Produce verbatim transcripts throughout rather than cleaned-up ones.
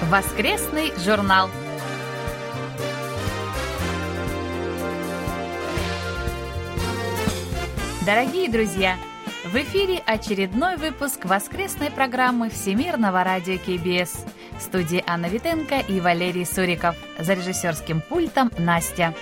Воскресный журнал. Дорогие друзья, в эфире очередной выпуск воскресной программы Всемирного радио кей би эс. В студии Анна Витенко и Валерий Суриков. За режиссерским пультом Настя.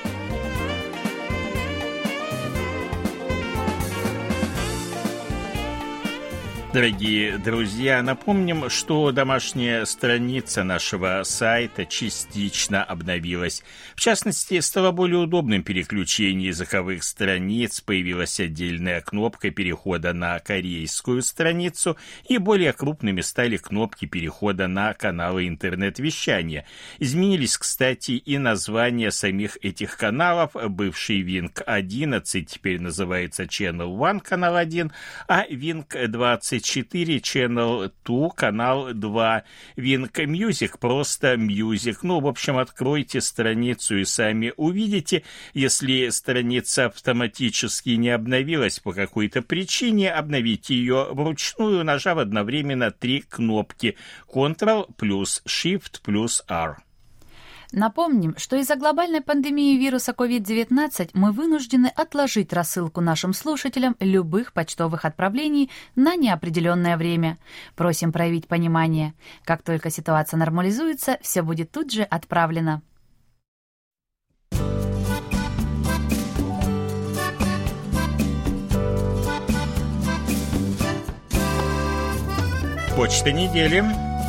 Дорогие друзья, напомним, что домашняя страница нашего сайта частично обновилась. В частности, стало более удобным переключение языковых страниц, появилась отдельная кнопка перехода на корейскую страницу, и более крупными стали кнопки перехода на каналы интернет-вещания. Изменились, кстати, и названия самих этих каналов. Бывший Винг одиннадцать теперь называется Channel один, канал один, а Винг двадцать четыре, Channel два, канал два, Wing Music, просто Music. Ну, в общем, откройте страницу и сами увидите. Если страница автоматически не обновилась по какой-то причине, обновите ее вручную, нажав одновременно три кнопки Ctrl плюс Shift плюс R. Напомним, что из-за глобальной пандемии вируса ковид девятнадцать мы вынуждены отложить рассылку нашим слушателям любых почтовых отправлений на неопределенное время. Просим проявить понимание. Как только ситуация нормализуется, все будет тут же отправлено. Почта недели.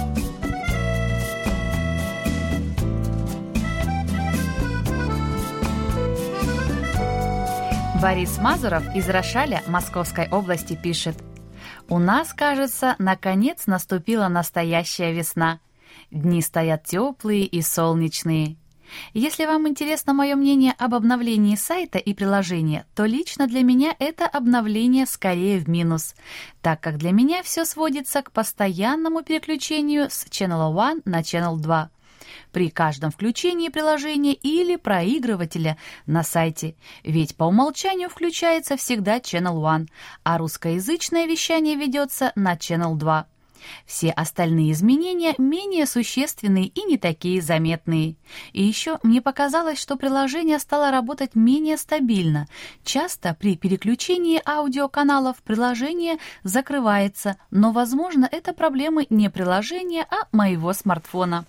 Борис Мазуров из Рошаля Московской области пишет: «У нас, кажется, наконец наступила настоящая весна. Дни стоят теплые и солнечные. Если вам интересно мое мнение об обновлении сайта и приложения, то лично для меня это обновление скорее в минус, так как для меня все сводится к постоянному переключению с Channel один на Channel два. При каждом включении приложения или проигрывателя на сайте, ведь по умолчанию включается всегда Channel один, а русскоязычное вещание ведется на Channel два. Все остальные изменения менее существенные и не такие заметные. И еще мне показалось, что приложение стало работать менее стабильно. Часто при переключении аудиоканалов приложение закрывается, но, возможно, это проблемы не приложения, а моего смартфона».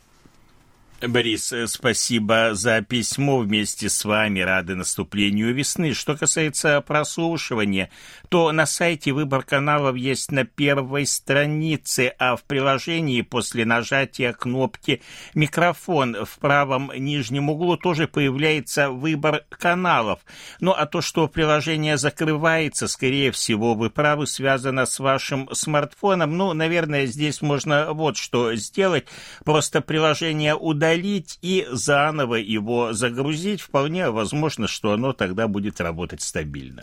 Борис, спасибо за письмо. Вместе с вами рады наступлению весны. Что касается прослушивания, то на сайте выбор каналов есть на первой странице, а в приложении после нажатия кнопки «Микрофон» в правом нижнем углу тоже появляется выбор каналов. Ну а то, что приложение закрывается, скорее всего, вы правы, связано с вашим смартфоном. Ну, наверное, здесь можно вот что сделать. Просто приложение удалить и заново его загрузить, вполне возможно, что оно тогда будет работать стабильно.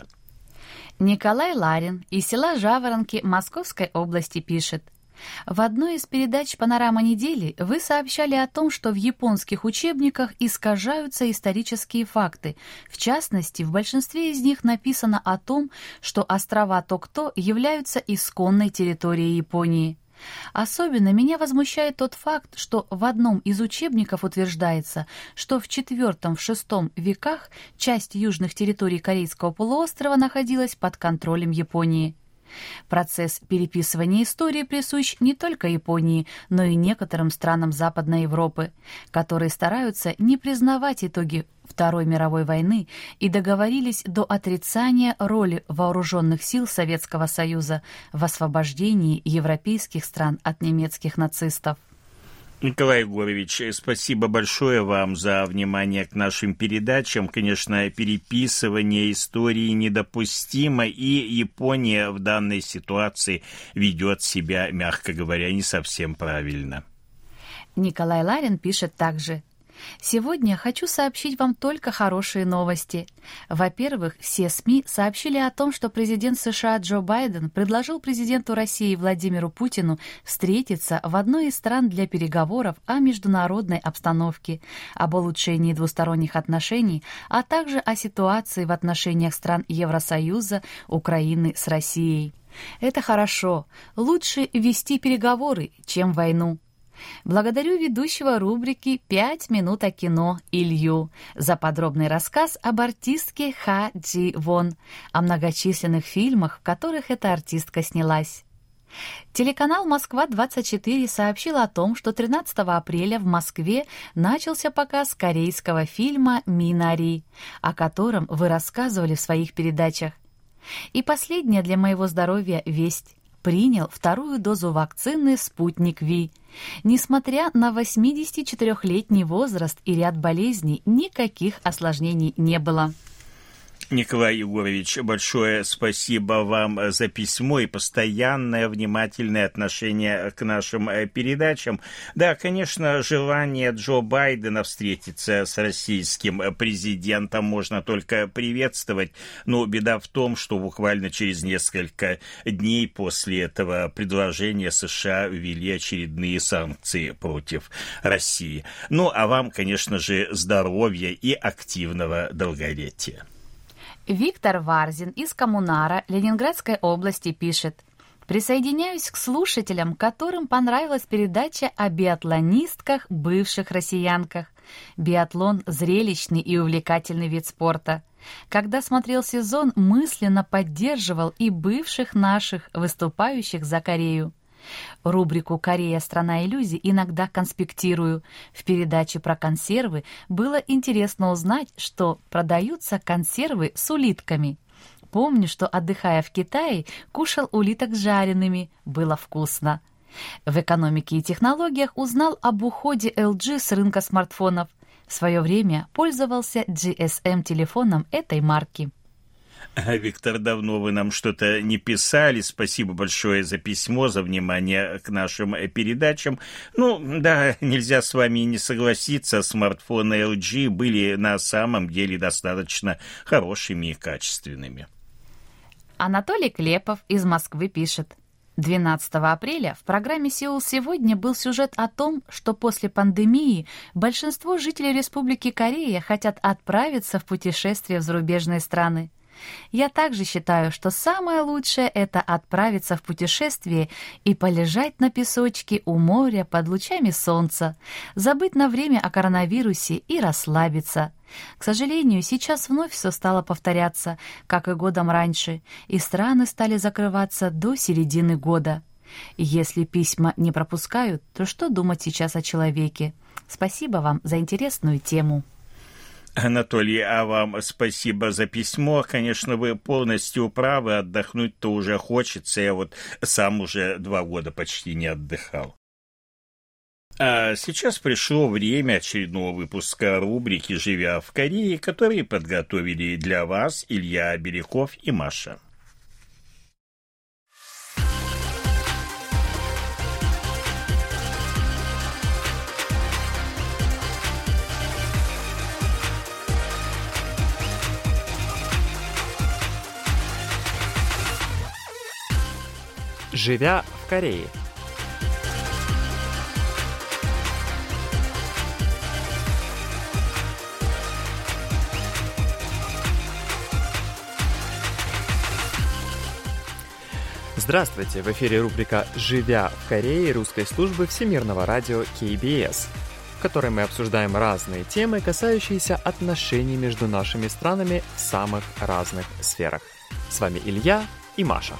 Николай Ларин из села Жаворонки Московской области пишет: «В одной из передач «Панорама недели» вы сообщали о том, что в японских учебниках искажаются исторические факты. В частности, в большинстве из них написано о том, что острова Токто являются исконной территорией Японии. Особенно меня возмущает тот факт, что в одном из учебников утверждается, что в четвёртом-шестом веках часть южных территорий Корейского полуострова находилась под контролем Японии. Процесс переписывания истории присущ не только Японии, но и некоторым странам Западной Европы, которые стараются не признавать итоги Второй мировой войны и договорились до отрицания роли вооруженных сил Советского Союза в освобождении европейских стран от немецких нацистов». Николай Егорович, спасибо большое вам за внимание к нашим передачам. Конечно, переписывание истории недопустимо, и Япония в данной ситуации ведет себя, мягко говоря, не совсем правильно. Николай Ларин пишет также: «Сегодня хочу сообщить вам только хорошие новости. Во-первых, все СМИ сообщили о том, что президент США Джо Байден предложил президенту России Владимиру Путину встретиться в одной из стран для переговоров о международной обстановке, об улучшении двусторонних отношений, а также о ситуации в отношениях стран Евросоюза, Украины с Россией. Это хорошо. Лучше вести переговоры, чем войну. Благодарю ведущего рубрики «Пять минут о кино» Илью за подробный рассказ об артистке Ха Джи Вон, о многочисленных фильмах, в которых эта артистка снялась. Телеканал «Москва-двадцать четыре» сообщил о том, что тринадцатого апреля в Москве начался показ корейского фильма «Минари», о котором вы рассказывали в своих передачах. И последняя для моего здоровья весть. Принял вторую дозу вакцины «Спутник Ви». Несмотря на восьмидесятичетырёхлетний возраст и ряд болезней, никаких осложнений не было. Николай Егорович, большое спасибо вам за письмо и постоянное внимательное отношение к нашим передачам. Да, конечно, желание Джо Байдена встретиться с российским президентом можно только приветствовать, но беда в том, что буквально через несколько дней после этого предложения США ввели очередные санкции против России. Ну, а вам, конечно же, здоровья и активного долголетия. Виктор Варзин из Коммунара Ленинградской области пишет: «Присоединяюсь к слушателям, которым понравилась передача о биатлонистках, бывших россиянках. Биатлон – зрелищный и увлекательный вид спорта. Когда смотрел сезон, мысленно поддерживал и бывших наших, выступающих за Корею. Рубрику «Корея. Страна иллюзий» иногда конспектирую. В передаче про консервы было интересно узнать, что продаются консервы с улитками. Помню, что, отдыхая в Китае, кушал улиток с жареными. Было вкусно. В экономике и технологиях узнал об уходе эл джи с рынка смартфонов. В свое время пользовался джи эс эм-телефоном этой марки». Виктор, давно вы нам что-то не писали. Спасибо большое за письмо, за внимание к нашим передачам. Ну, да, нельзя с вами не согласиться. Смартфоны эл джи были на самом деле достаточно хорошими и качественными. Анатолий Клепов из Москвы пишет: двенадцатого апреля в программе «Сеул сегодня» был сюжет о том, что после пандемии большинство жителей Республики Корея хотят отправиться в путешествие в зарубежные страны. Я также считаю, что самое лучшее – это отправиться в путешествие и полежать на песочке у моря под лучами солнца, забыть на время о коронавирусе и расслабиться. К сожалению, сейчас вновь все стало повторяться, как и годом раньше, и страны стали закрываться до середины года. Если письма не пропускают, то что думать сейчас о человеке? Спасибо вам за интересную тему. Анатолий, а вам спасибо за письмо. Конечно, вы полностью правы, отдохнуть-то уже хочется. Я вот сам уже два года почти не отдыхал. А сейчас пришло время очередного выпуска рубрики «Живя в Корее», которые подготовили для вас Илья Беляков и Маша. Живя в Корее. Здравствуйте! В эфире рубрика «Живя в Корее» русской службы Всемирного радио кей би эс, в которой мы обсуждаем разные темы, касающиеся отношений между нашими странами в самых разных сферах. С вами Илья и Маша.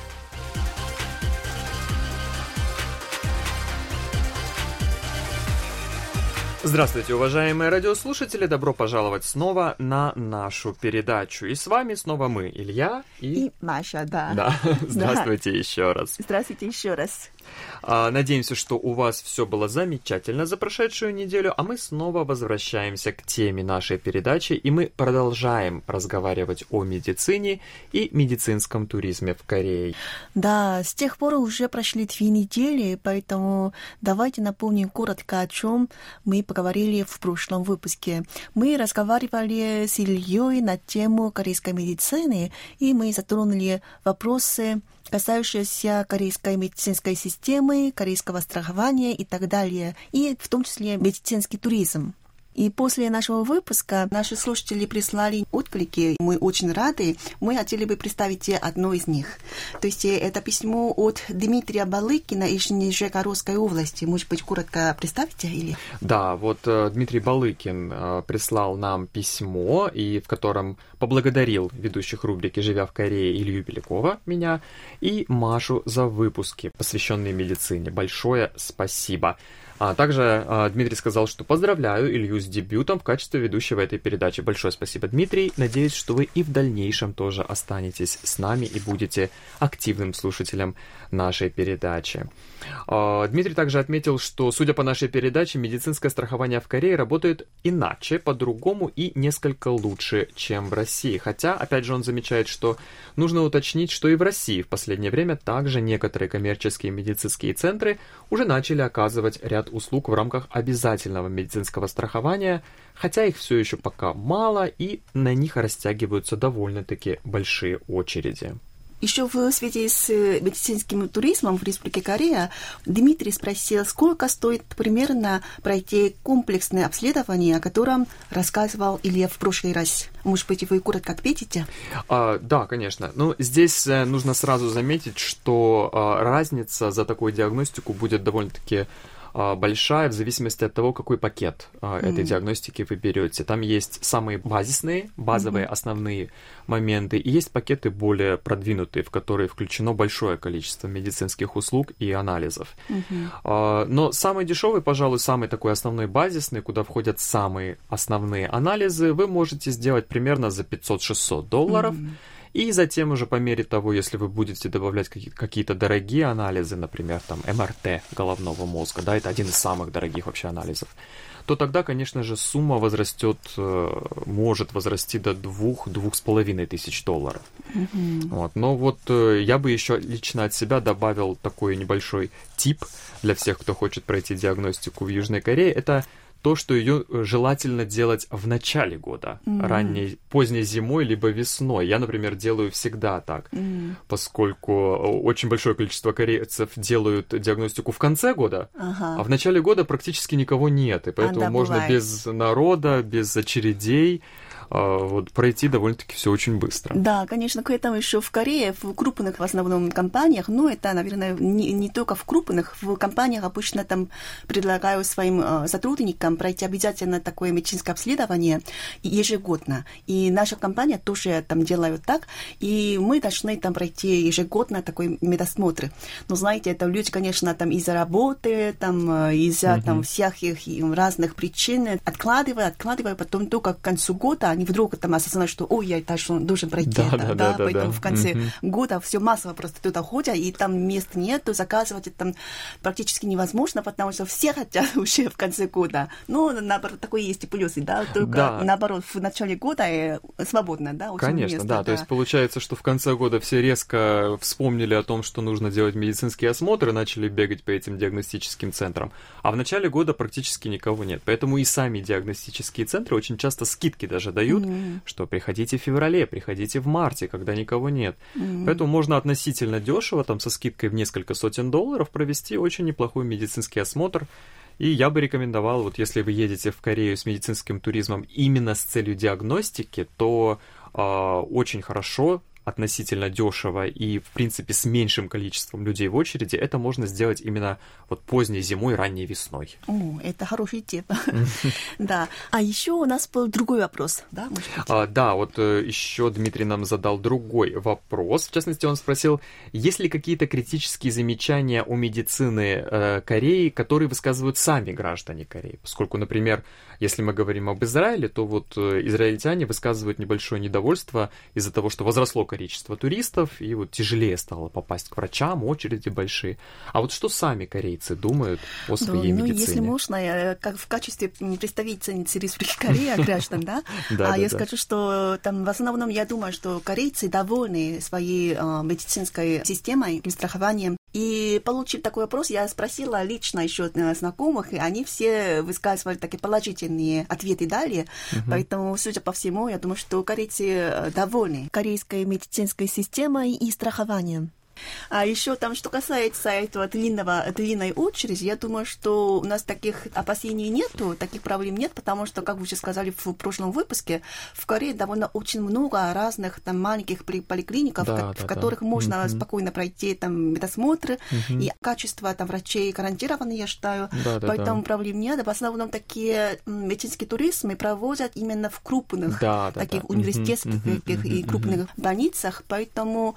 Здравствуйте, уважаемые радиослушатели! Добро пожаловать снова на нашу передачу. И с вами снова мы, Илья и... И Маша, да. Да, здравствуйте да. еще раз. Здравствуйте еще раз. А, надеемся, что у вас все было замечательно за прошедшую неделю, а мы снова возвращаемся к теме нашей передачи, и мы продолжаем разговаривать о медицине и медицинском туризме в Корее. Да, с тех пор уже прошли две недели, поэтому давайте напомним коротко, о чем мы поговорили в прошлом выпуске. Мы разговаривали с Ильей на тему корейской медицины, и мы затронули вопросы, касающиеся корейской медицинской системы, корейского страхования и так далее, и в том числе медицинский туризм. И после нашего выпуска наши слушатели прислали отклики. Мы очень рады. Мы хотели бы представить одно из них. То есть это письмо от Дмитрия Балыкина из Нижегородской области. Может быть, коротко представите? Или? Да, вот Дмитрий Балыкин прислал нам письмо, и в котором поблагодарил ведущих рубрики «Живя в Корее» Илью Белякова, меня, и Машу за выпуски, посвященные медицине. Большое спасибо. А также а, Дмитрий сказал, что поздравляю Илью с дебютом в качестве ведущего этой передачи. Большое спасибо, Дмитрий. Надеюсь, что вы и в дальнейшем тоже останетесь с нами и будете активным слушателем нашей передачи. А, Дмитрий также отметил, что, судя по нашей передаче, медицинское страхование в Корее работает иначе, по-другому и несколько лучше, чем в России. Хотя, опять же, он замечает, что нужно уточнить, что и в России в последнее время также некоторые коммерческие медицинские центры уже начали оказывать ряд услуг в рамках обязательного медицинского страхования, хотя их все еще пока мало, и на них растягиваются довольно-таки большие очереди. Еще в связи с медицинским туризмом в Республике Корея Дмитрий спросил, сколько стоит примерно пройти комплексное обследование, о котором рассказывал Илья в прошлый раз. Может быть, вы коротко ответите? А, да, конечно. Ну, здесь нужно сразу заметить, что а, разница за такую диагностику будет довольно-таки большая в зависимости от того, какой пакет а, mm-hmm. этой диагностики вы берете. Там есть самые базисные, базовые, mm-hmm. основные моменты, и есть пакеты более продвинутые, в которые включено большое количество медицинских услуг и анализов. Mm-hmm. А, но самый дешевый, пожалуй, самый такой основной базисный, куда входят самые основные анализы, вы можете сделать примерно за пятьсот-шестьсот долларов. Mm-hmm. И затем уже по мере того, если вы будете добавлять какие-то дорогие анализы, например, там эм эр тэ головного мозга, да, это один из самых дорогих вообще анализов, то тогда, конечно же, сумма возрастет, может возрасти до двух-двух с половиной тысяч долларов. Mm-hmm. Вот. Но вот я бы еще лично от себя добавил такой небольшой тип для всех, кто хочет пройти диагностику в Южной Корее. Это то, что ее желательно делать в начале года, mm-hmm. ранней, поздней зимой, либо весной. Я, например, делаю всегда так, mm-hmm. поскольку очень большое количество корейцев делают диагностику в конце года, uh-huh. а в начале года практически никого нет, и поэтому а, да, можно бывает. Без народа, без очередей вот, пройти довольно-таки все очень быстро. Да, конечно, к этому еще в Корее, в крупных в основном компаниях, но это, наверное, не, не только в крупных, в компаниях обычно там предлагают своим э, сотрудникам пройти обязательно такое медицинское обследование ежегодно. И наша компания тоже там делает так, и мы должны там пройти ежегодно такой медосмотр. Но, знаете, это люди, конечно, там из-за работы, там, из-за mm-hmm. там всяких разных причин откладывают, откладывают, потом только к концу года они вдруг там осознают, что ой, я должен, должен пройти да, это, да, да, да, поэтому да. в конце mm-hmm. года все массово просто туда ходят, и там мест нет, заказывать это там практически невозможно, потому что все хотят уже в конце года. Но, наоборот, такой есть и плюсы, да, только да. наоборот, в начале года свободно, да, очень Конечно, место, да, да, то есть получается, что в конце года все резко вспомнили о том, что нужно делать медицинские осмотры, начали бегать по этим диагностическим центрам, а в начале года практически никого нет, поэтому и сами диагностические центры очень часто скидки даже дают, mm-hmm. что приходите в феврале, приходите в марте, когда никого нет. Mm-hmm. Поэтому можно относительно дешево, там со скидкой в несколько сотен долларов, провести очень неплохой медицинский осмотр. И я бы рекомендовал, вот если вы едете в Корею с медицинским туризмом именно с целью диагностики, то э, очень хорошо, относительно дешево и, в принципе, с меньшим количеством людей в очереди, это можно сделать именно вот поздней зимой, ранней весной. О, это хороший тип. Да. А еще у нас был другой вопрос, да? Да, вот еще Дмитрий нам задал другой вопрос. В частности, он спросил, есть ли какие-то критические замечания у медицины Кореи, которые высказывают сами граждане Кореи? Поскольку, например, если мы говорим об Израиле, то вот израильтяне высказывают небольшое недовольство из-за того, что возросло количество туристов, и вот тяжелее стало попасть к врачам, очереди большие. А вот что сами корейцы думают о своей ну, медицине? Ну, если можно, как в качестве представительницы Республики Корея, граждан, да, а я скажу, что там в основном я думаю, что корейцы довольны своей медицинской системой, страхованием. И получив такой вопрос, я спросила лично еще знакомых, и они все высказывали такие положительные ответы дали. Uh-huh. Поэтому, судя по всему, я думаю, что корейцы довольны корейской медицинской системой и страхованием. А еще там, что касается этого длинного, длинной очереди, я думаю, что у нас таких опасений нету, таких проблем нет, потому что, как вы уже сказали в прошлом выпуске, в Корее довольно очень много разных там маленьких поликлиников, да, как, да, в которых да. можно mm-hmm. спокойно пройти там медосмотры, mm-hmm. и качество там врачей гарантировано, я считаю, да, да, поэтому да. проблем нет. В основном такие медицинские туризмы проводят именно в крупных да, да, таких да. университетских mm-hmm. mm-hmm. и крупных mm-hmm. больницах, поэтому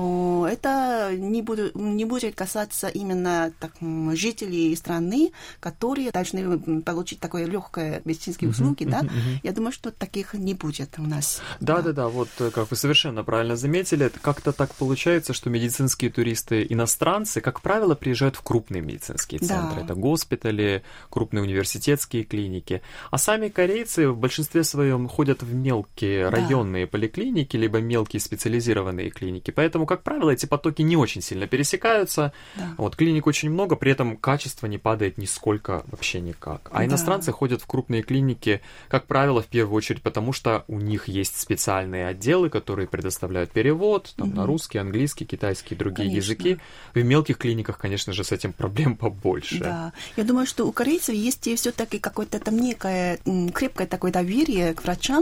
о, это не будет, не будет касаться именно так, жителей страны, которые должны получить такое легкое медицинские услуги, mm-hmm. да? Mm-hmm. Я думаю, что таких не будет у нас. Да, да, да, вот как вы совершенно правильно заметили, как-то так получается, что медицинские туристы иностранцы, как правило, приезжают в крупные медицинские центры. Да. Это госпитали, крупные университетские клиники. А сами корейцы в большинстве своем ходят в мелкие да. районные поликлиники, либо мелкие специализированные клиники. Поэтому, как правило, эти потоки не очень сильно пересекаются. Да. Вот, клиник очень много, при этом качество не падает нисколько, вообще никак. А да. иностранцы ходят в крупные клиники, как правило, в первую очередь, потому что у них есть специальные отделы, которые предоставляют перевод там, угу. на русский, английский, китайский и другие конечно. Языки. В мелких клиниках, конечно же, с этим проблем побольше. Да. Я думаю, что у корейцев есть все-таки какое-то там некое крепкое такое доверие к врачам,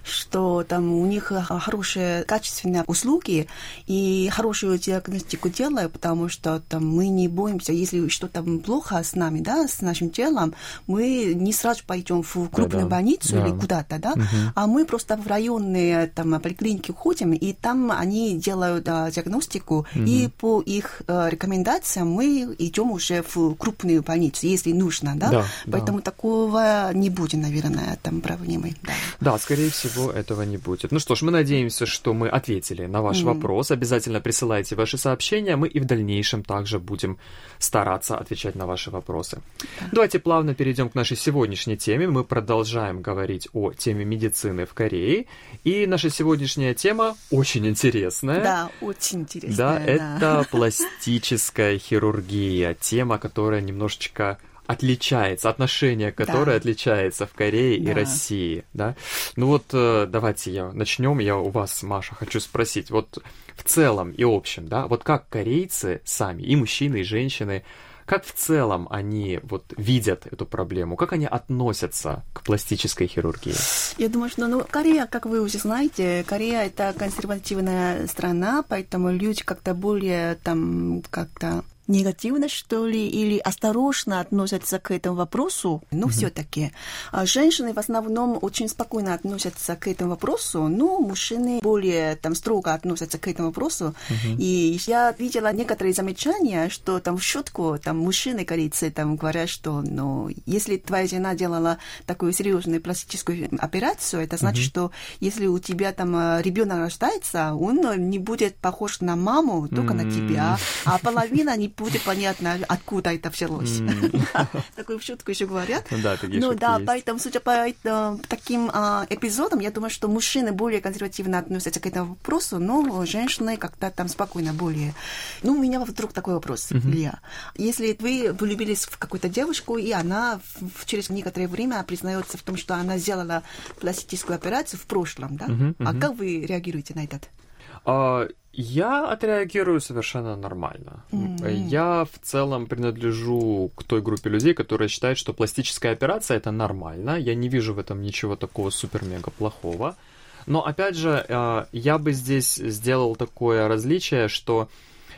что там у них хорошие качественные услуги и хорошую диагностику делают, потому что там мы не боимся, если что-то плохо с нами, да, с нашим телом, мы не сразу пойдем в крупную да, больницу да. или куда-то, да, угу. а мы просто в районные там поликлиники ходим, и там они делают да, диагностику, угу. и по их э, рекомендациям мы идем уже в крупную больницу, если нужно, да, да поэтому да. такого не будет, наверное, там проблемы. Да. да, скорее всего, этого не будет. Ну что ж, мы надеемся, что мы ответили на ваш mm. вопрос. Обязательно присылайте ваши сообщения, мы и в дальнейшем также будем стараться отвечать на ваши вопросы. Да. Давайте плавно перейдем к нашей сегодняшней теме. Мы продолжаем говорить о теме медицины в Корее. И наша сегодняшняя тема очень интересная. Да, очень интересная. Да, да. Это пластическая хирургия. Тема, которая немножечко отличается, отношение которое да. отличается в Корее да. и России, да. Ну вот давайте я начнем. Я у вас, Маша, хочу спросить, вот в целом и общем, да, вот как корейцы сами, и мужчины, и женщины, как в целом они вот видят эту проблему, как они относятся к пластической хирургии? Я думаю, что ну, Корея, как вы уже знаете, Корея это консервативная страна, поэтому люди как-то более там как-то негативно, что ли, или осторожно относятся к этому вопросу, но mm-hmm. все-таки женщины в основном очень спокойно относятся к этому вопросу, но мужчины более там строго относятся к этому вопросу. Mm-hmm. И я видела некоторые замечания, что там в шутку там мужчины корейцы там говорят, что ну, если твоя жена делала такую серьезную пластическую операцию, это значит, mm-hmm. что если у тебя там ребенок рождается, он не будет похож на маму, только mm-hmm. на тебя, а половина не будет понятно, откуда это взялось. Mm. Такую шутку еще говорят. Да, такие ну шутки да, есть. Поэтому, судя по э, таким э, эпизодам, я думаю, что мужчины более консервативно относятся к этому вопросу, но женщины как-то там спокойно более. Ну, у меня вдруг такой вопрос, mm-hmm. Илья. Если вы влюбились в какую-то девушку, и она в, через некоторое время признается в том, что она сделала пластическую операцию в прошлом, да? Mm-hmm. А как вы реагируете на этот? Uh... Я отреагирую совершенно нормально. Mm-hmm. Я в целом принадлежу к той группе людей, которые считают, что пластическая операция — это нормально. Я не вижу в этом ничего такого супер-мега плохого. Но, опять же, я бы здесь сделал такое различие, что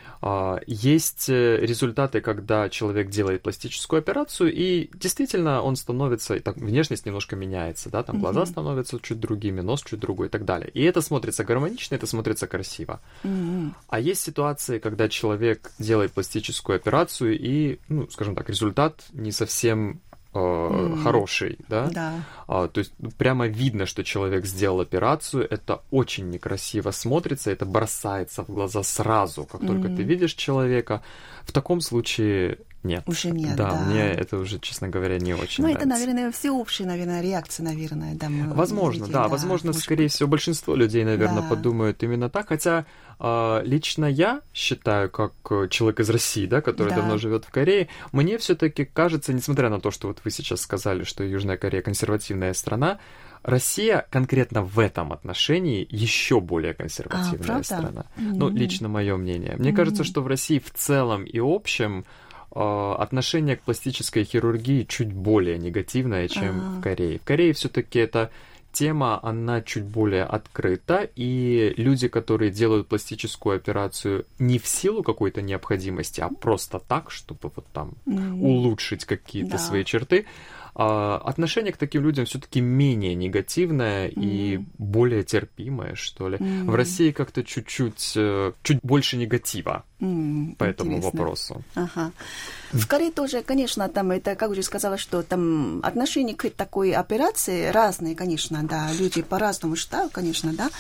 есть результаты, когда человек делает пластическую операцию, и действительно он становится, и так, внешность немножко меняется, да, там mm-hmm. глаза становятся чуть другими, нос чуть другой и так далее. И это смотрится гармонично, это смотрится красиво. Mm-hmm. А есть ситуации, когда человек делает пластическую операцию, и, ну, скажем так, результат не совсем Mm. хороший, да? Да. А, то есть прямо видно, что человек сделал операцию, это очень некрасиво смотрится, это бросается в глаза сразу, как mm. только ты видишь человека. В таком случае нет. Уже нет, да. да. Мне это уже, честно говоря, не очень ну, нравится. Ну, это, наверное, всеобщая, наверное, реакция, наверное. Да, возможно, видим, да, да. Возможно, скорее быть. всего, большинство людей, наверное, да. подумают именно так. Хотя э, лично я считаю, как человек из России, да, который да. давно живет в Корее, мне все-таки кажется, несмотря на то, что вот вы сейчас сказали, что Южная Корея консервативная страна, Россия конкретно в этом отношении еще более консервативная а, страна. Mm-hmm. Ну, лично мое мнение. Мне mm-hmm. кажется, что в России в целом и общем э, отношение к пластической хирургии чуть более негативное, чем а. в Корее. В Корее все-таки эта тема, она чуть более открыта, и люди, которые делают пластическую операцию не в силу какой-то необходимости, а просто так, чтобы вот там mm-hmm. улучшить какие-то да. свои черты, отношение к таким людям все-таки менее негативное mm. и более терпимое, что ли. Mm. В России как-то чуть-чуть, чуть больше негатива mm. по этому Интересно. Вопросу. Ага. В Корее тоже, конечно, там это, как уже сказала, что там отношение к такой операции разные, конечно, да, люди по-разному считают, конечно, да.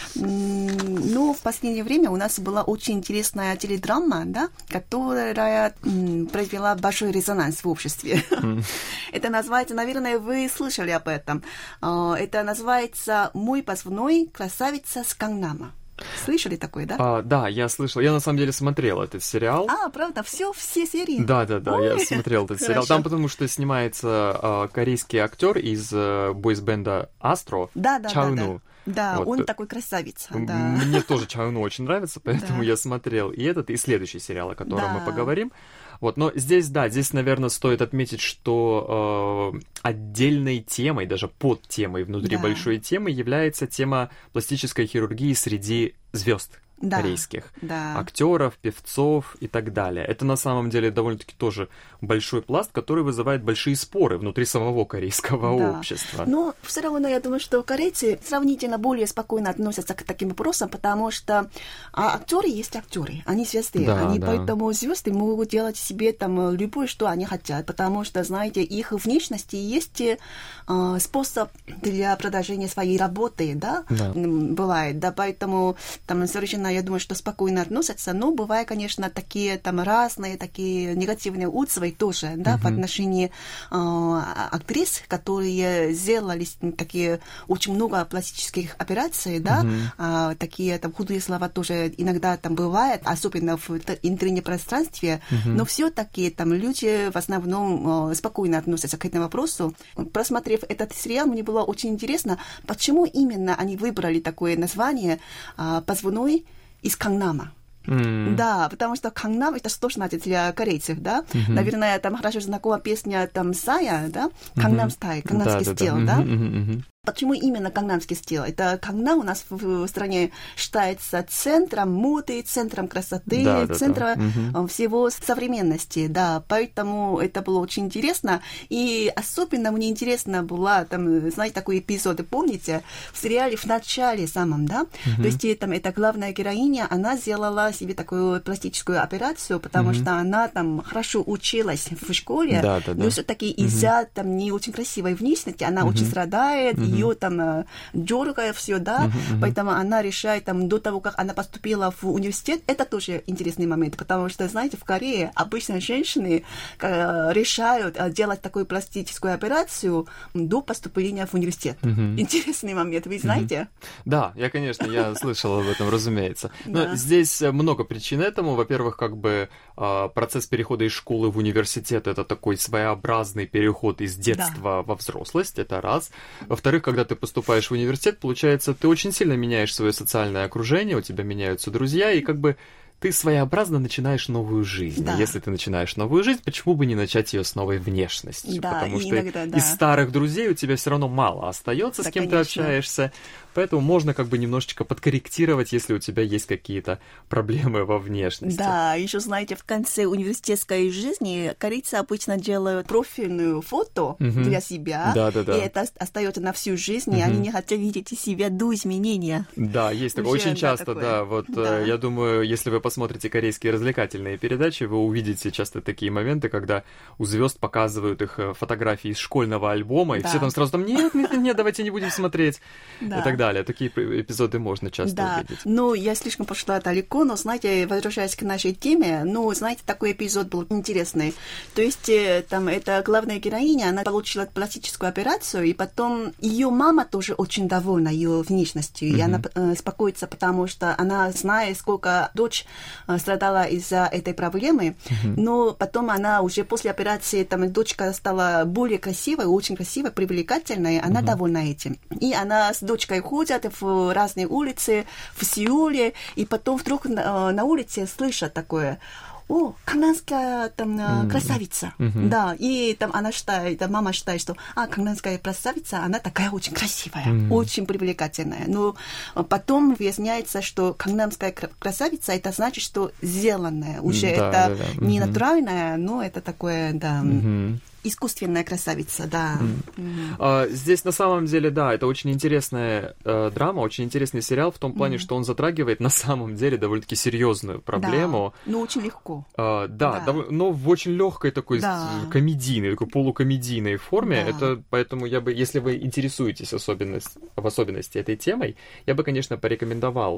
Но в последнее время у нас была очень интересная теледрама, да, которая произвела большой резонанс в обществе. Mm. Это называется, наверное, вы слышали об этом. Это называется «Мой позывной красавица с Гангнама». Слышали такое, да? А, да, я слышал. Я на самом деле смотрел этот сериал. А, правда? Все, все серии? Да, да, да, Ой, я смотрел этот хорошо. сериал. Там потому что снимается а, корейский актер из а, бойсбенда Астро, да, да, Чауну. Да, да. Да, вот. он такой красавец. Да. Мне тоже Чауну очень нравится, поэтому да. я смотрел и этот, и следующий сериал, о котором да. мы поговорим. Вот, но здесь, да, здесь, наверное, стоит отметить, что э, отдельной темой, даже подтемой внутри да. большой темы является тема пластической хирургии среди звезд да. корейских. Да. Актеров, певцов и так далее. Это на самом деле довольно-таки тоже большой пласт, который вызывает большие споры внутри самого корейского да. общества. Но все равно я думаю, что корейцы сравнительно более спокойно относятся к таким вопросам, потому что а, актеры есть актеры, они звезды, да, они да. поэтому звезды могут делать себе там любое, что они хотят, потому что, знаете, их внешности есть а, способ для продолжения своей работы, да, да. бывает, да, поэтому там совершенно, я думаю, что спокойно относятся, но бывают, конечно, такие там разные, такие негативные отзывы тоже, да, uh-huh. по отношению э, актрис, которые сделали такие очень много пластических операций, да, uh-huh. э, такие там худые слова тоже иногда там бывают, особенно в интернет-пространстве, uh-huh. но все-таки там люди в основном э, спокойно относятся к этому вопросу. Просмотрев этот сериал, мне было очень интересно, почему именно они выбрали такое название э, «Позывной из Гангнама». Mm. Да, потому что Гангнам это что значит для корейцев, да? Mm-hmm. Наверное, там хорошо знакома песня там Сая, да? Гангнам стайл, гангнамский стил, да? Mm-hmm. Почему именно гангнамский стил? Это Гангнам у нас в стране считается центром моды, центром красоты, да, да, центром да. Угу. всего современности, да, поэтому это было очень интересно, и особенно мне интересно было, там, знаете, такой эпизод, помните, в сериале в начале самом, да, угу. то есть там эта главная героиня, она сделала себе такую пластическую операцию, потому угу. что она там хорошо училась в школе, да, да, да. но все-таки угу. из-за там не очень красивой внешности, она угу. очень страдает, угу. ее там дергает все, да, uh-huh, uh-huh. поэтому она решает там до того, как она поступила в университет, это тоже интересный момент, потому что, знаете, в Корее обычно женщины э, решают э, делать такую пластическую операцию до поступления в университет. Uh-huh. Интересный момент, вы знаете? Uh-huh. Да, я, конечно, я слышала об этом, разумеется. Но здесь много причин этому. Во-первых, как бы процесс перехода из школы в университет — это такой своеобразный переход из детства во взрослость, это раз. Во-вторых, когда ты поступаешь в университет, получается, ты очень сильно меняешь свое социальное окружение, у тебя меняются друзья, и как бы ты своеобразно начинаешь новую жизнь. Да. Если ты начинаешь новую жизнь, почему бы не начать ее с новой внешностью? Да, потому что иногда, да. из старых друзей у тебя все равно мало остается, да, с кем конечно. Ты общаешься. Поэтому можно как бы немножечко подкорректировать, если у тебя есть какие-то проблемы во внешности. Да, еще знаете, в конце университетской жизни корейцы обычно делают профильную фото угу. для себя, да, да, да. и это остается на всю жизнь, угу. и они не хотят видеть себя до изменения. Да, есть такое. Очень часто, такое. да. Вот да. я думаю, если вы посмотрите корейские развлекательные передачи, вы увидите часто такие моменты, когда у звезд показывают их фотографии из школьного альбома, и да. все там сразу там нет, нет, нет, давайте не будем смотреть, да. и так далее. Такие эпизоды можно часто да. увидеть. Ну, я слишком пошла далеко, но, знаете, возвращаясь к нашей теме, ну, знаете, такой эпизод был интересный. То есть, там, эта главная героиня, она получила пластическую операцию, и потом ее мама тоже очень довольна ее внешностью, mm-hmm. и она э, спокоится, потому что она знает, сколько дочь страдала из-за этой проблемы, mm-hmm. но потом она уже после операции, там, дочка стала более красивой, очень красивой, привлекательной, она mm-hmm. довольна этим. И она с дочкой ходят в разные улицы в Сеуле, и потом вдруг на, на улице слышат такое: о, канадская там mm-hmm. красавица. Mm-hmm. Да, и там она считает, мама считает, что а, канадская красавица, она такая очень красивая, mm-hmm. очень привлекательная. Но потом выясняется, что канадская красавица, это значит, что сделанная. Уже mm-hmm. это да, да, да. не mm-hmm. натуральная, но это такое, да... Mm-hmm. Искусственная красавица, да. Mm. Mm. А, здесь на самом деле, да, это очень интересная э, драма, очень интересный сериал в том плане, mm. что он затрагивает на самом деле довольно-таки серьезную проблему. Да, но очень легко. А, да, да. Дов- но в очень легкой такой да. комедийной, такой полукомедийной форме. Да. Это, поэтому я бы, если вы интересуетесь особенность, в особенности этой темой, я бы, конечно, порекомендовал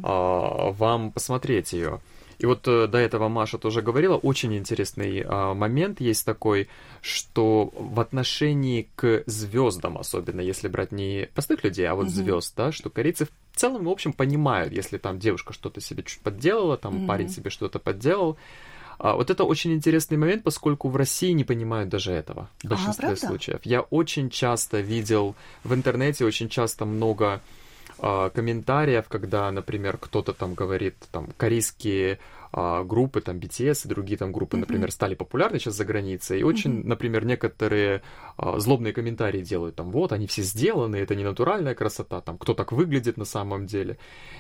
а, вам посмотреть ее. И вот э, до этого Маша тоже говорила, очень интересный э, момент есть такой, что в отношении к звездам, особенно если брать не простых людей, а вот mm-hmm. звезд, да, что корейцы в целом, в общем, понимают, если там девушка что-то себе чуть подделала, там mm-hmm. парень себе что-то подделал. А, вот это очень интересный момент, поскольку в России не понимают даже этого в большинстве а, случаев. Я очень часто видел в интернете, очень часто много... комментариев, когда, например, кто-то там говорит, там, корейские а, группы, там, би ти эс и другие там группы, mm-hmm. например, стали популярны сейчас за границей, и очень, mm-hmm. например, некоторые а, злобные комментарии делают, там, вот, они все сделаны, это не натуральная красота, там, кто так выглядит на самом деле.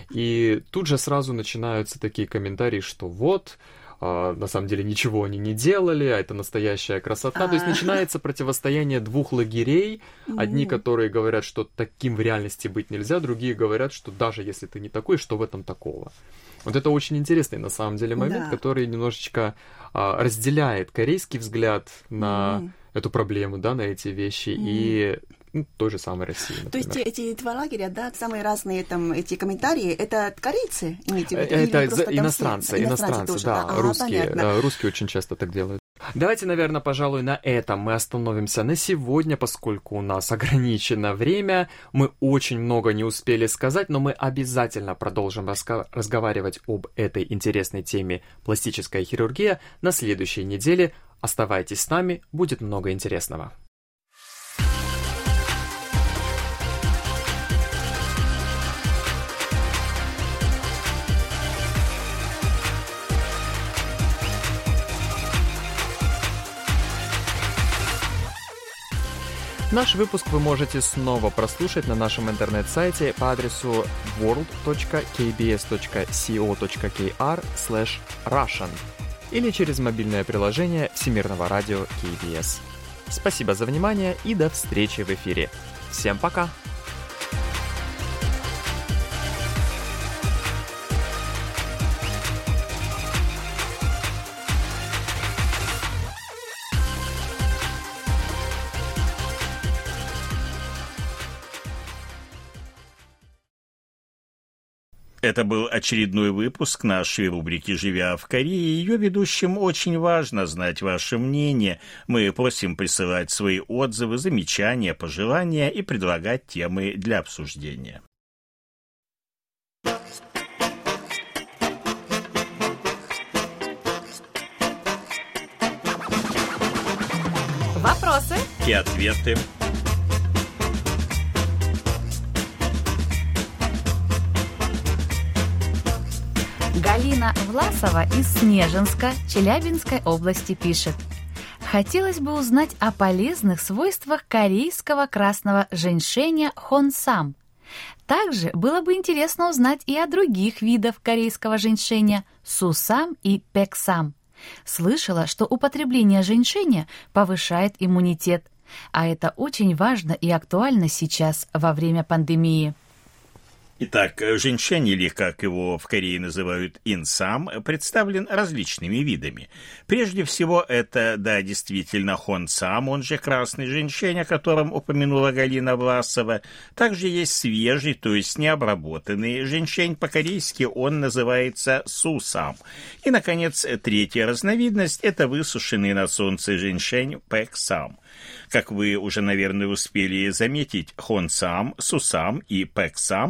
И тут же сразу начинаются такие комментарии, что вот, Uh, на самом деле ничего они не делали, а это настоящая красота. А-а-а. То есть начинается противостояние двух лагерей. Mm-hmm. Одни, которые говорят, что таким в реальности быть нельзя, другие говорят, что даже если ты не такой, что в этом такого? Вот это очень интересный на самом деле момент, да. который немножечко uh, разделяет корейский взгляд на mm-hmm. эту проблему, да, на эти вещи, mm-hmm. и ну, той же самой России, например. То есть эти два лагеря, да, самые разные там эти комментарии, это корейцы? Имеете в виду? Это иностранцы, иностранцы, иностранцы, да, да. Русские, ага, русские очень часто так делают. Давайте, наверное, пожалуй, на этом мы остановимся на сегодня, поскольку у нас ограничено время. Мы очень много не успели сказать, но мы обязательно продолжим раска- разговаривать об этой интересной теме пластическая хирургия на следующей неделе. Оставайтесь с нами, будет много интересного. Наш выпуск вы можете снова прослушать на нашем интернет-сайте по адресу world точка кей би эс точка си о точка кей ар слэш russian или через мобильное приложение Всемирного радио кей би эс. Спасибо за внимание и до встречи в эфире. Всем пока! Это был очередной выпуск нашей рубрики «Живя в Корее». Ее ведущим очень важно знать ваше мнение. Мы просим присылать свои отзывы, замечания, пожелания и предлагать темы для обсуждения. Вопросы и ответы. Галина Власова из Снежинска, Челябинской области пишет: хотелось бы узнать о полезных свойствах корейского красного женьшеня хонсам. Также было бы интересно узнать и о других видах корейского женьшеня сусам и пексам. Слышала, что употребление женьшеня повышает иммунитет, а это очень важно и актуально сейчас, во время пандемии. Итак, женьшень, или как его в Корее называют инсам, представлен различными видами. Прежде всего, это, да, действительно, хонсам, он же красный женьшень, о котором упомянула Галина Власова. Также есть свежий, то есть необработанный женьшень, по-корейски он называется сусам. И, наконец, третья разновидность – это высушенный на солнце женьшень пексам. Как вы уже, наверное, успели заметить, хонсам, сусам и пексам в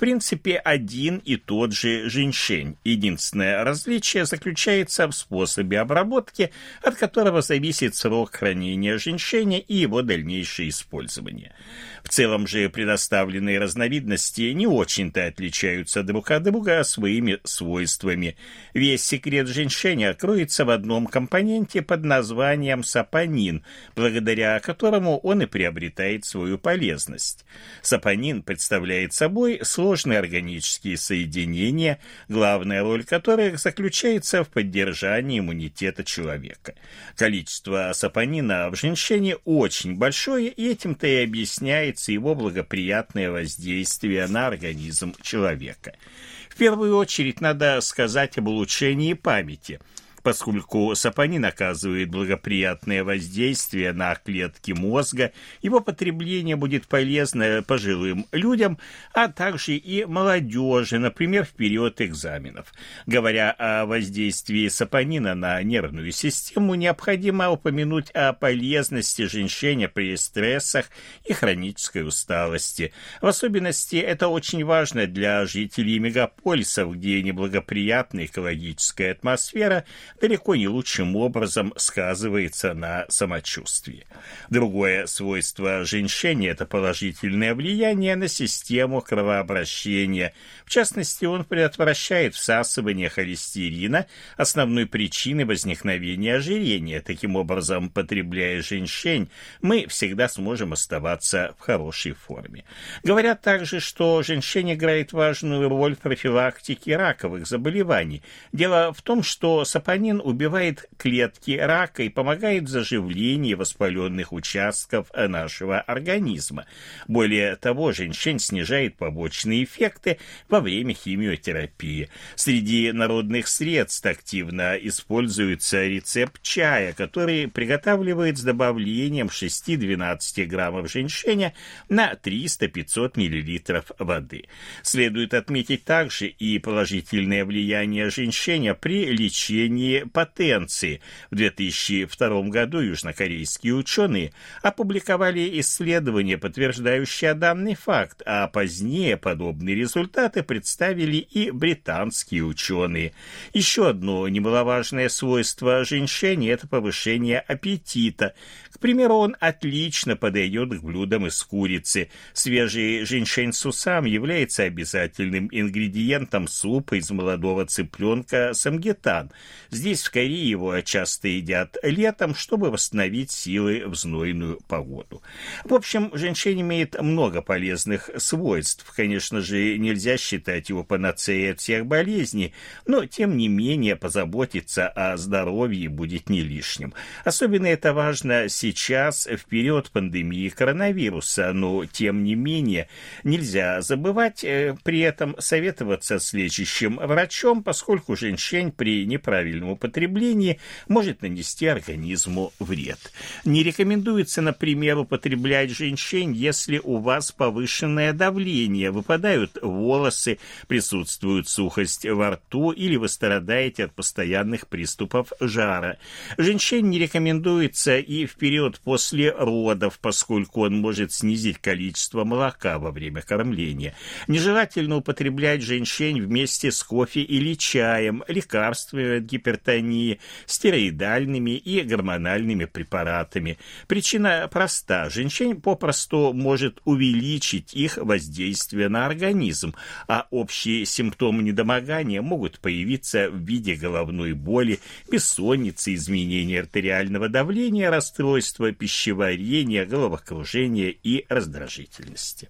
принципе один и тот же женьшень. Единственное различие заключается в способе обработки, от которого зависит срок хранения женьшеня и его дальнейшее использование. В целом же предоставленные разновидности не очень-то отличаются друг от друга своими свойствами. Весь секрет женьшеня кроется в одном компоненте под названием сапонин, благодаря которому он и приобретает свою полезность. Сапонин представляет собой сложные органические соединения, главная роль которых заключается в поддержании иммунитета человека. Количество сапонина в женьшене очень большое, и этим-то и объясняется его благоприятное воздействие на организм человека. В первую очередь надо сказать об улучшении памяти, поскольку сапонин оказывает благоприятное воздействие на клетки мозга, его потребление будет полезно пожилым людям, а также и молодежи, например, в период экзаменов. Говоря о воздействии сапонина на нервную систему, необходимо упомянуть о полезности женьшеня при стрессах и хронической усталости. В особенности это очень важно для жителей мегаполисов, где неблагоприятная экологическая атмосфера далеко не лучшим образом сказывается на самочувствии. Другое свойство женьшеня – это положительное влияние на систему кровообращения. В частности, он предотвращает всасывание холестерина, основной причины возникновения ожирения. Таким образом, потребляя женьшень, мы всегда сможем оставаться в хорошей форме. Говорят также, что женьшень играет важную роль в профилактике раковых заболеваний. Дело в том, что сапонин убивает клетки рака и помогает в заживлении воспаленных участков нашего организма. Более того, женьшень снижает побочные эффекты во время химиотерапии. Среди народных средств активно используется рецепт чая, который приготавливает с добавлением шесть-двенадцать граммов женьшеня на триста-пятьсот миллилитров воды. Следует отметить также и положительное влияние женьшеня при лечении потенции. В две тысячи втором году южнокорейские ученые опубликовали исследование, подтверждающее данный факт, а позднее подобные результаты представили и британские ученые. Еще одно немаловажное свойство женьшеня – это повышение аппетита. К примеру, он отлично подойдет к блюдам из курицы. Свежий женьшень сусам является обязательным ингредиентом супа из молодого цыпленка самгитан. Здесь, в Корее, его часто едят летом, чтобы восстановить силы в знойную погоду. В общем, женьшень имеет много полезных свойств. Конечно же, нельзя считать его панацеей от всех болезней, но, тем не менее, позаботиться о здоровье будет не лишним. Особенно это важно сейчас, в период пандемии коронавируса, но, тем не менее, нельзя забывать э, при этом советоваться с лечащим врачом, поскольку женьшень при неправильном употреблении может нанести организму вред. Не рекомендуется, например, употреблять женьшень, если у вас повышенное давление, выпадают волосы, присутствует сухость во рту или вы страдаете от постоянных приступов жара. Женьшень не рекомендуется и в период после родов, поскольку он может снизить количество молока во время кормления. Нежелательно употреблять женьшень вместе с кофе или чаем, лекарствами от гипертонии, стероидальными и гормональными препаратами. Причина проста. Женьшень попросту может увеличить их воздействие на организм, а общие симптомы недомогания могут появиться в виде головной боли, бессонницы, изменения артериального давления, расстройства пищеварения, головокружения и раздражительности.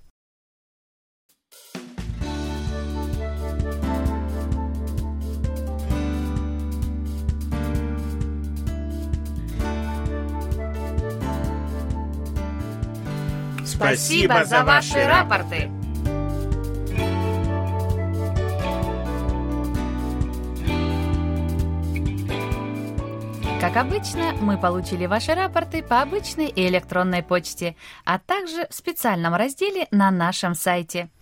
Спасибо за ваши рапорты! Как обычно, мы получили ваши рапорты по обычной и электронной почте, а также в специальном разделе на нашем сайте.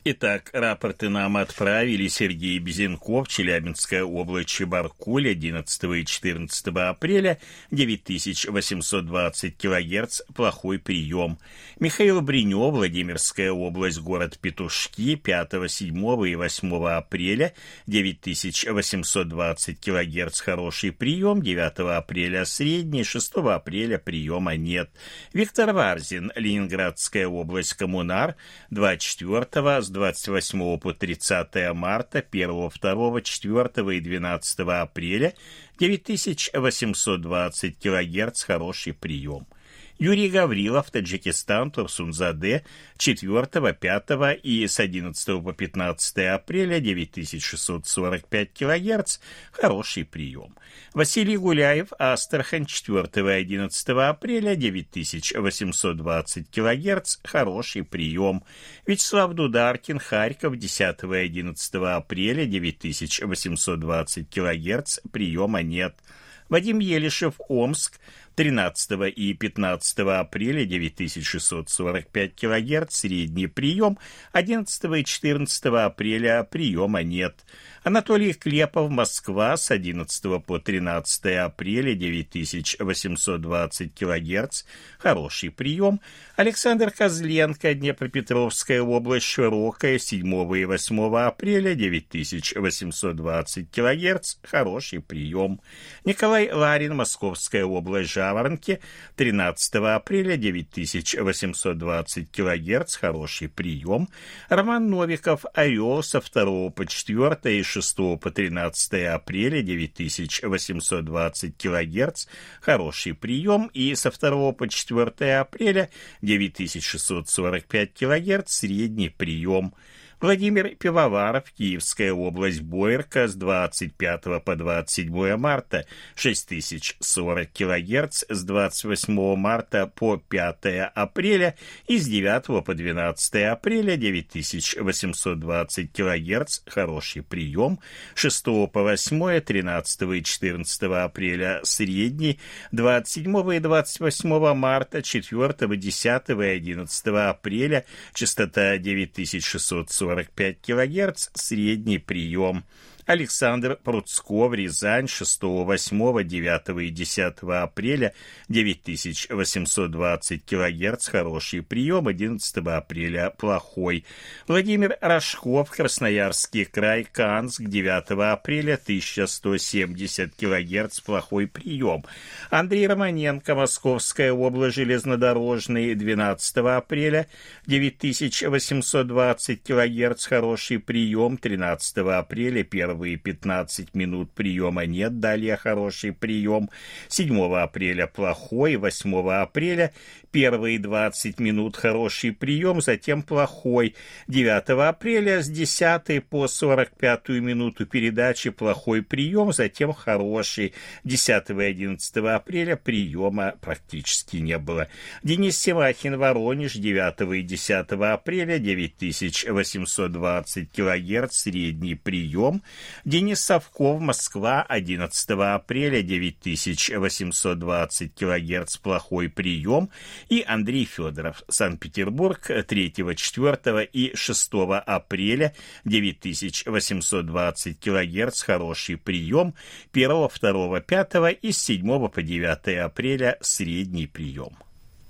Итак, рапорты нам отправили Сергей Безенков, Челябинская область, Чебаркуль, одиннадцатого и четырнадцатого апреля, девять тысяч восемьсот двадцать килогерц, плохой прием. Михаил Бринев, Владимирская область, город Петушки, пятого, седьмого и восьмого апреля, девять тысяч восемьсот двадцать килогерц, хороший прием, девятого апреля средний, шестого апреля приема нет. Виктор Варзин, Ленинградская область, Коммунар, двадцать четвёртого, с двадцать восьмого по тридцатое марта, первого, второго, четвёртого и двенадцатого апреля, девять тысяч восемьсот двадцать килогерц, хороший прием. Юрий Гаврилов, Таджикистан, Турсунзаде, четвёртого, пятого и с одиннадцатого по пятнадцатое апреля, девять тысяч шестьсот сорок пять килогерц, хороший прием. Василий Гуляев, Астрахань, четвёртого и одиннадцатого апреля, девять тысяч восемьсот двадцать килогерц, хороший прием. Вячеслав Дударкин, Харьков, десятого и одиннадцатого апреля, девять тысяч восемьсот двадцать килогерц, приема нет. Вадим Елишев, Омск, тринадцатого и пятнадцатого апреля, девять тысяч шестьсот сорок пять килогерц, средний прием, одиннадцатого и четырнадцатого апреля приема нет. Анатолий Клепов, Москва, с одиннадцатого по тринадцатое апреля, девять тысяч восемьсот двадцать килогерц, хороший прием. Александр Козленко, Днепропетровская область, Широкая, седьмого и восьмого апреля, девять тысяч восемьсот двадцать килогерц, хороший прием. Николай Ларин, Московская область, Жаворонки, тринадцатого апреля, девять тысяч восемьсот двадцать килогерц, хороший прием. Роман Новиков, Орел, со второго по четвёртое и шестого по тринадцатое апреля, девять тысяч восемьсот двадцать килогерц, хороший прием. И со второго по четвёртое апреля, девять тысяч шестьсот сорок пять килогерц, средний прием. Владимир Пивоваров, Киевская область, Боярка, с двадцать пятого по двадцать седьмое марта, шесть тысяч сорок килогерц, с двадцать восьмого марта по пятое апреля и с девятого по двенадцатое апреля, девять тысяч восемьсот двадцать килогерц, хороший прием. шестого по восьмое, тринадцатого и четырнадцатого апреля, средний. двадцать седьмого и двадцать восьмого марта, четвёртого, десятого и одиннадцатого апреля, частота девять тысяч шестьсот сорок пять килогерц, средний прием. Александр Пруцков, Рязань, шестого, восьмого, девятого и десятого апреля, девять тысяч восемьсот двадцать килогерц, хороший прием, одиннадцатого апреля плохой. Владимир Рожков, Красноярский край, Канск, девятого апреля, тысяча сто семьдесят килогерц, плохой прием. Андрей Романенко, Московская область, железнодорожный, двенадцатого апреля, девять тысяч восемьсот двадцать килогерц, хороший прием, тринадцатого апреля, первого и пятнадцать минут приема нет, далее хороший прием. седьмого апреля плохой, восьмого апреля первые и двадцать минут хороший прием, затем плохой. девятого апреля с десятой по сорок пятую минуту передачи плохой прием, затем хороший. десятого и одиннадцатого апреля приема практически не было. Денис Севахин, Воронеж, девятого и десятого апреля, девять тысяч восемьсот двадцать килогерц, средний прием. Денис Совков, Москва, одиннадцатого апреля, девять тысяч восемьсот двадцать килогерц, плохой прием. И Андрей Федоров, Санкт-Петербург, третьего, четвёртого и шестого апреля, девять тысяч восемьсот двадцать килогерц, хороший прием. первого, второго, пятого и с седьмого по девятое апреля, средний прием.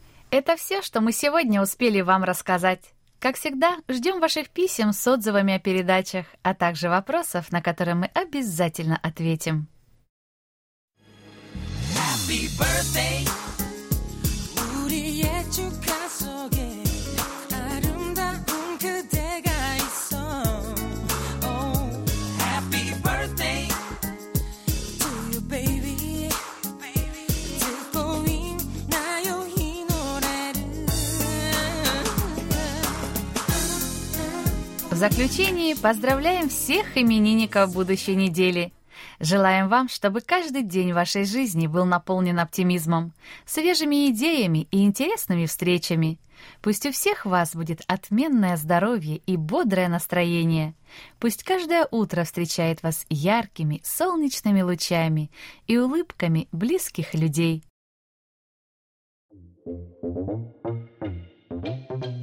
Это все, что мы сегодня успели вам рассказать. Как всегда, ждем ваших писем с отзывами о передачах, а также вопросов, на которые мы обязательно ответим. Happy birthday. В заключении поздравляем всех именинников будущей недели. Желаем вам, чтобы каждый день вашей жизни был наполнен оптимизмом, свежими идеями и интересными встречами. Пусть у всех вас будет отменное здоровье и бодрое настроение. Пусть каждое утро встречает вас яркими, солнечными лучами и улыбками близких людей. Thank you.